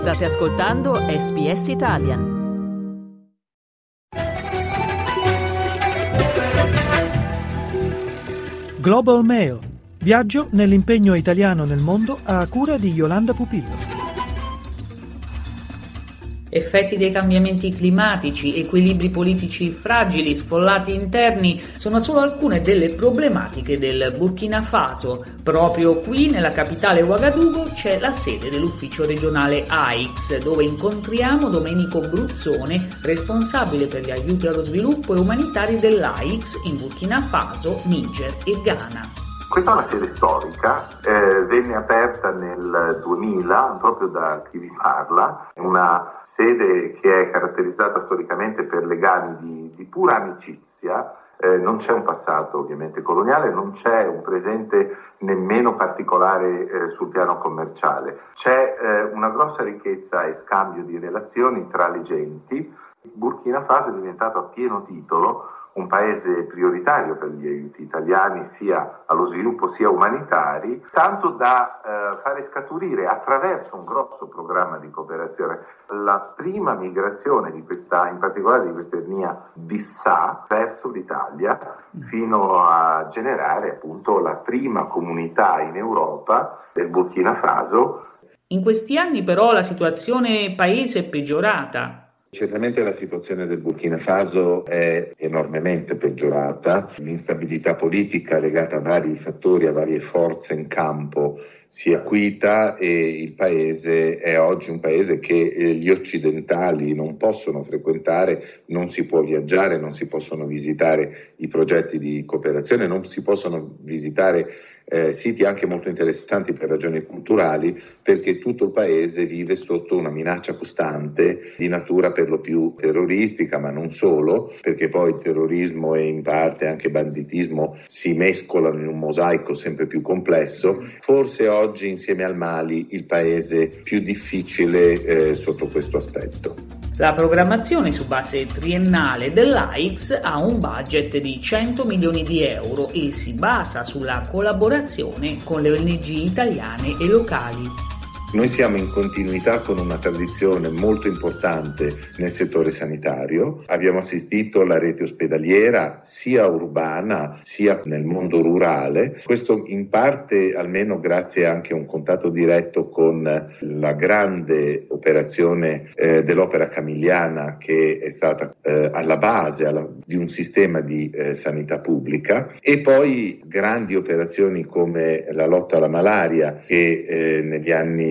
State ascoltando SBS Italian. Global Mail. Viaggio nell'impegno italiano nel mondo a cura di Yolanda Pupillo. Effetti dei cambiamenti climatici, equilibri politici fragili, sfollati interni sono solo alcune delle problematiche del Burkina Faso. Proprio qui, nella capitale Ouagadougou, c'è la sede dell'ufficio regionale AIX, dove incontriamo Domenico Bruzzone, responsabile per gli aiuti allo sviluppo e umanitari dell'AIX in Burkina Faso, Niger e Ghana. Questa è una sede storica, venne aperta nel 2000 proprio da chi vi parla, è una sede che è caratterizzata storicamente per legami di pura amicizia, non c'è un passato ovviamente coloniale, non c'è un presente nemmeno particolare sul piano commerciale, c'è una grossa ricchezza e scambio di relazioni tra le genti. Burkina Faso è diventato a pieno titolo un paese prioritario per gli aiuti italiani sia allo sviluppo sia umanitari, tanto da fare scaturire attraverso un grosso programma di cooperazione la prima migrazione di questa, in particolare di questa etnia Bissa verso l'Italia, fino a generare appunto la prima comunità in Europa del Burkina Faso. In questi anni però la situazione paese è peggiorata. Certamente la situazione del Burkina Faso è enormemente peggiorata, l'instabilità politica legata a vari fattori, a varie forze in campo si è acuita e il paese è oggi un paese che gli occidentali non possono frequentare, non si può viaggiare, non si possono visitare i progetti di cooperazione, non si possono visitare siti anche molto interessanti per ragioni culturali, perché tutto il paese vive sotto una minaccia costante di natura per lo più terroristica, ma non solo, perché poi il terrorismo e in parte anche banditismo si mescolano in un mosaico sempre più complesso. Forse oggi insieme al Mali il paese più difficile sotto questo aspetto. La programmazione su base triennale dell'AIX ha un budget di 100 milioni di euro e si basa sulla collaborazione con le ONG italiane e locali. Noi siamo in continuità con una tradizione molto importante nel settore sanitario. Abbiamo assistito alla rete ospedaliera sia urbana sia nel mondo rurale. Questo in parte almeno grazie anche a un contatto diretto con la grande operazione dell'Opera Camigliana, che è stata alla base di un sistema di sanità pubblica, e poi grandi operazioni come la lotta alla malaria che negli anni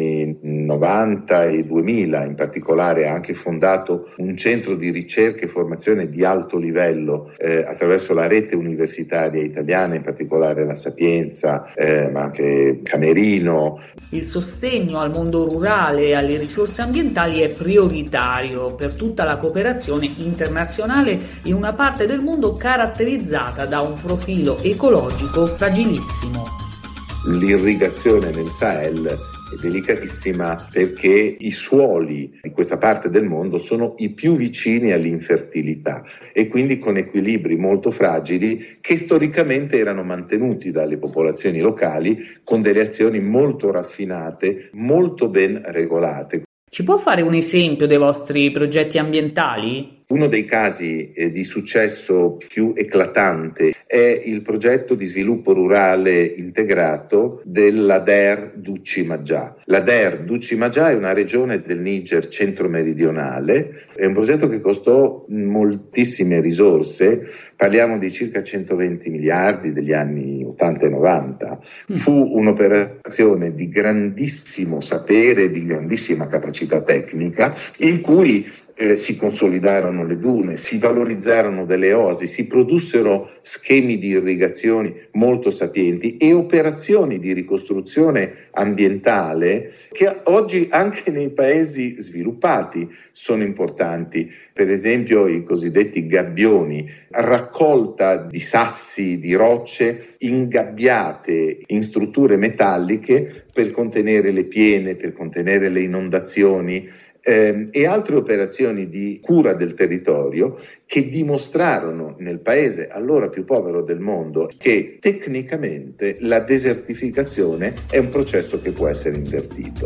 90 e 2000 in particolare ha anche fondato un centro di ricerca e formazione di alto livello attraverso la rete universitaria italiana, in particolare la Sapienza, ma anche Camerino. Il sostegno al mondo rurale e alle risorse ambientali è prioritario per tutta la cooperazione internazionale in una parte del mondo caratterizzata da un profilo ecologico fragilissimo. L'irrigazione nel Sahel è delicatissima perché i suoli di questa parte del mondo sono i più vicini all'infertilità e quindi con equilibri molto fragili che storicamente erano mantenuti dalle popolazioni locali con delle azioni molto raffinate, molto ben regolate. Ci può fare un esempio dei vostri progetti ambientali? Uno dei casi di successo più eclatante è il progetto di sviluppo rurale integrato della DER Ducci Maggià. La DER Ducci Maggià è una regione del Niger centro-meridionale, è un progetto che costò moltissime risorse, parliamo di circa 120 miliardi degli anni 80 e 90. Fu un'operazione di grandissimo sapere, di grandissima capacità tecnica, in cui si consolidarono le dune, si valorizzarono delle oasi, si produssero schemi di irrigazione molto sapienti e operazioni di ricostruzione ambientale che oggi anche nei paesi sviluppati sono importanti. Per esempio i cosiddetti gabbioni, raccolta di sassi, di rocce ingabbiate in strutture metalliche per contenere le piene, per contenere le inondazioni, e altre operazioni di cura del territorio che dimostrarono nel paese allora più povero del mondo che tecnicamente la desertificazione è un processo che può essere invertito.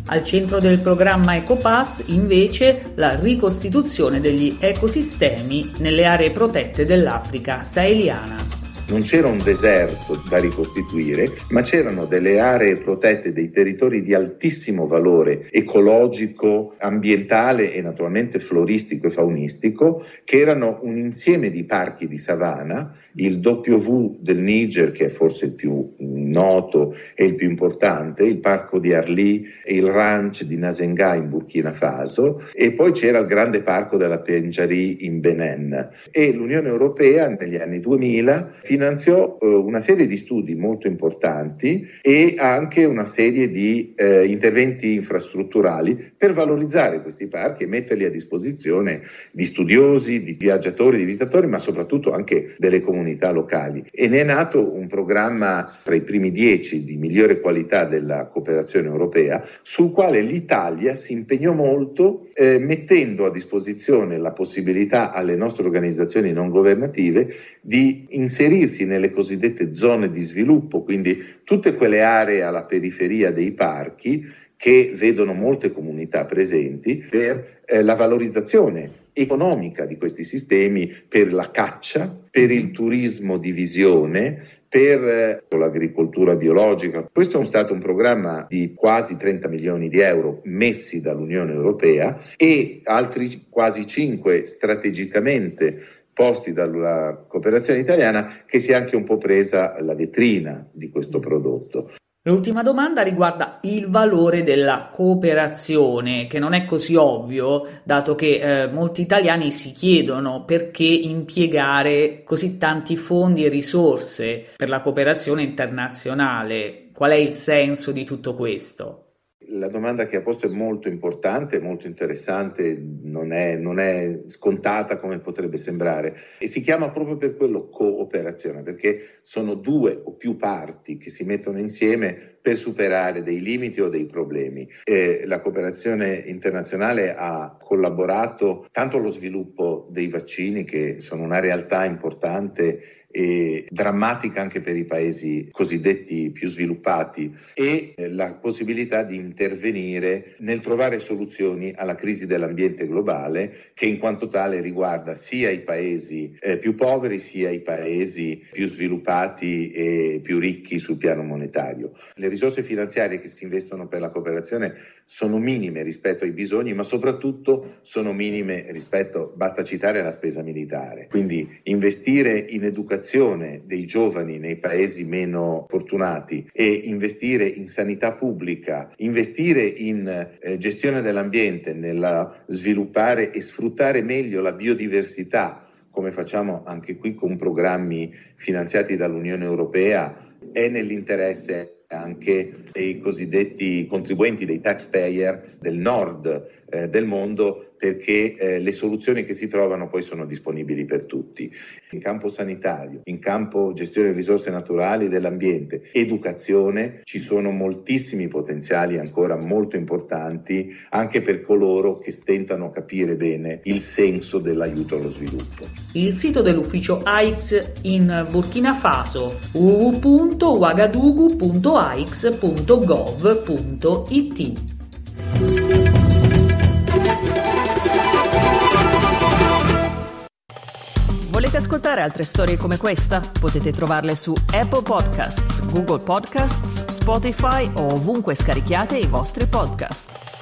Al centro del programma Ecopass, invece, la ricostituzione degli ecosistemi nelle aree protette dell'Africa saheliana. Non c'era un deserto da ricostituire, ma c'erano delle aree protette, dei territori di altissimo valore ecologico, ambientale e naturalmente floristico e faunistico, che erano un insieme di parchi di savana, il W del Niger, che è forse il più noto e il più importante, il parco di Arli e il ranch di Nazenga in Burkina Faso, e poi c'era il grande parco della Pendjari in Benin. E l'Unione Europea negli anni 2000 finanziò una serie di studi molto importanti e anche una serie di interventi infrastrutturali per valorizzare questi parchi e metterli a disposizione di studiosi, di viaggiatori, di visitatori, ma soprattutto anche delle comunità locali. E ne è nato un programma tra i primi 10 di migliore qualità della cooperazione europea, sul quale l'Italia si impegnò molto, mettendo a disposizione la possibilità alle nostre organizzazioni non governative di inserirsi nelle cosiddette zone di sviluppo, quindi tutte quelle aree alla periferia dei parchi che vedono molte comunità presenti, per la valorizzazione economica di questi sistemi, per la caccia, per il turismo di visione, per l'agricoltura biologica. Questo è stato un programma di quasi 30 milioni di euro messi dall'Unione Europea e altri quasi 5 strategicamente posti dalla cooperazione italiana, che si è anche un po' presa la vetrina di questo prodotto. L'ultima domanda riguarda il valore della cooperazione, che non è così ovvio, dato che molti italiani si chiedono perché impiegare così tanti fondi e risorse per la cooperazione internazionale. Qual è il senso di tutto questo? La domanda che ha posto è molto importante, molto interessante, non è scontata come potrebbe sembrare, e si chiama proprio per quello cooperazione, perché sono due o più parti che si mettono insieme per superare dei limiti o dei problemi. La cooperazione internazionale ha collaborato tanto allo sviluppo dei vaccini, che sono una realtà importante e drammatica anche per i paesi cosiddetti più sviluppati, e la possibilità di intervenire nel trovare soluzioni alla crisi dell'ambiente globale, che in quanto tale riguarda sia i paesi più poveri sia i paesi più sviluppati e più ricchi sul piano monetario. Le risorse finanziarie che si investono per la cooperazione sono minime rispetto ai bisogni, ma soprattutto sono minime rispetto, basta citare, alla spesa militare. Quindi investire in educazione dei giovani nei paesi meno fortunati e investire in sanità pubblica, investire in gestione dell'ambiente, nella sviluppare e sfruttare meglio la biodiversità, come facciamo anche qui con programmi finanziati dall'Unione Europea, è nell'interesse anche dei cosiddetti contribuenti, dei taxpayer del nord del mondo, perché le soluzioni che si trovano poi sono disponibili per tutti. In campo sanitario, in campo gestione delle risorse naturali e dell'ambiente, educazione, ci sono moltissimi potenziali ancora molto importanti anche per coloro che stentano a capire bene il senso dell'aiuto allo sviluppo. Il sito dell'ufficio AICS in Burkina Faso: www.ouagadougou.aics.gov.it. Volete ascoltare altre storie come questa? Potete trovarle su Apple Podcasts, Google Podcasts, Spotify o ovunque scarichiate i vostri podcast.